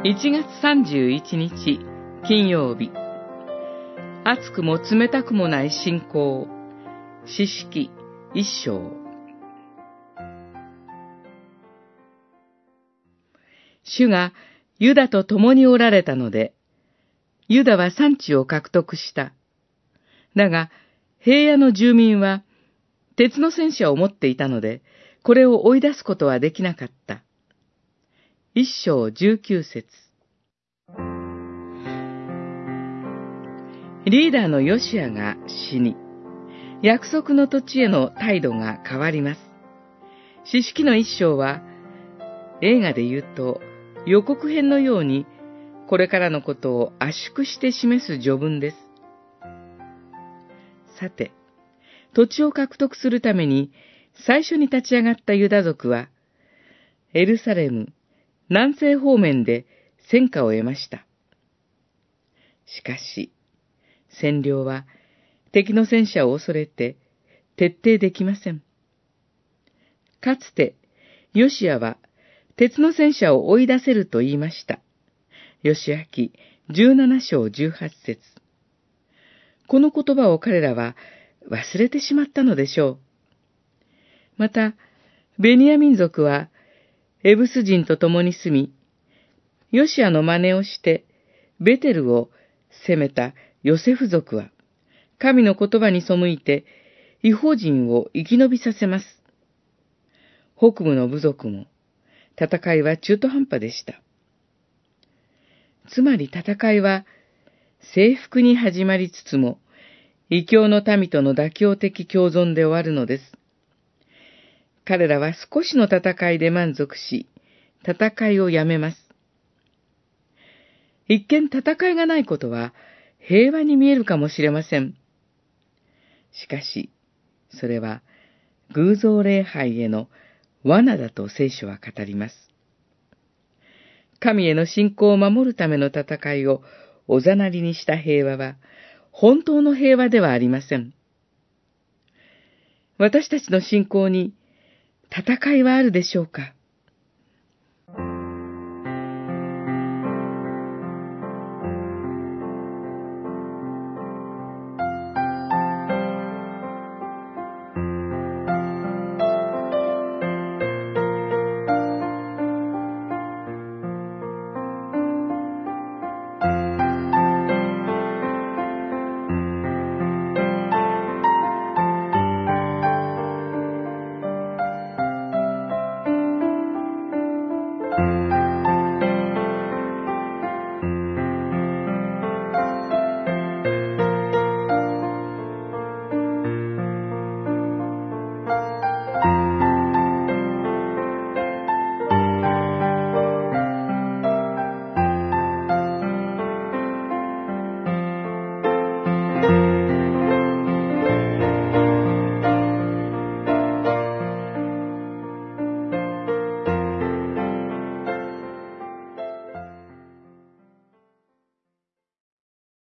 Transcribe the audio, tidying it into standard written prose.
1月31日金曜日、熱くも冷たくもない信仰、士式1章。主がユダと共におられたので、ユダは産地を獲得した。だが、平野の住民は鉄の戦車を持っていたので、これを追い出すことはできなかった。1章19節。リーダーのヨシアが死に、約束の土地への態度が変わります。士式の1章は、映画で言うと予告編のように、これからのことを圧縮して示す序文です。さて、土地を獲得するために最初に立ち上がったユダ族は、エルサレム、南西方面で戦果を得ました。しかし、占領は敵の戦車を恐れて徹底できません。かつて、ヨシアは鉄の戦車を追い出せると言いました。ヨシア記17章18節。この言葉を彼らは忘れてしまったのでしょう。また、ベニヤ民族は、エブス人と共に住み、ヨシアの真似をして、ベテルを攻めたヨセフ族は、神の言葉に背いて、異邦人を生き延びさせます。北部の部族も、戦いは中途半端でした。つまり戦いは、征服に始まりつつも、異教の民との妥協的共存で終わるのです。彼らは少しの戦いで満足し、戦いをやめます。一見戦いがないことは平和に見えるかもしれません。しかし、それは偶像礼拝への罠だと聖書は語ります。神への信仰を守るための戦いをおざなりにした平和は、本当の平和ではありません。私たちの信仰に戦いはあるでしょうか？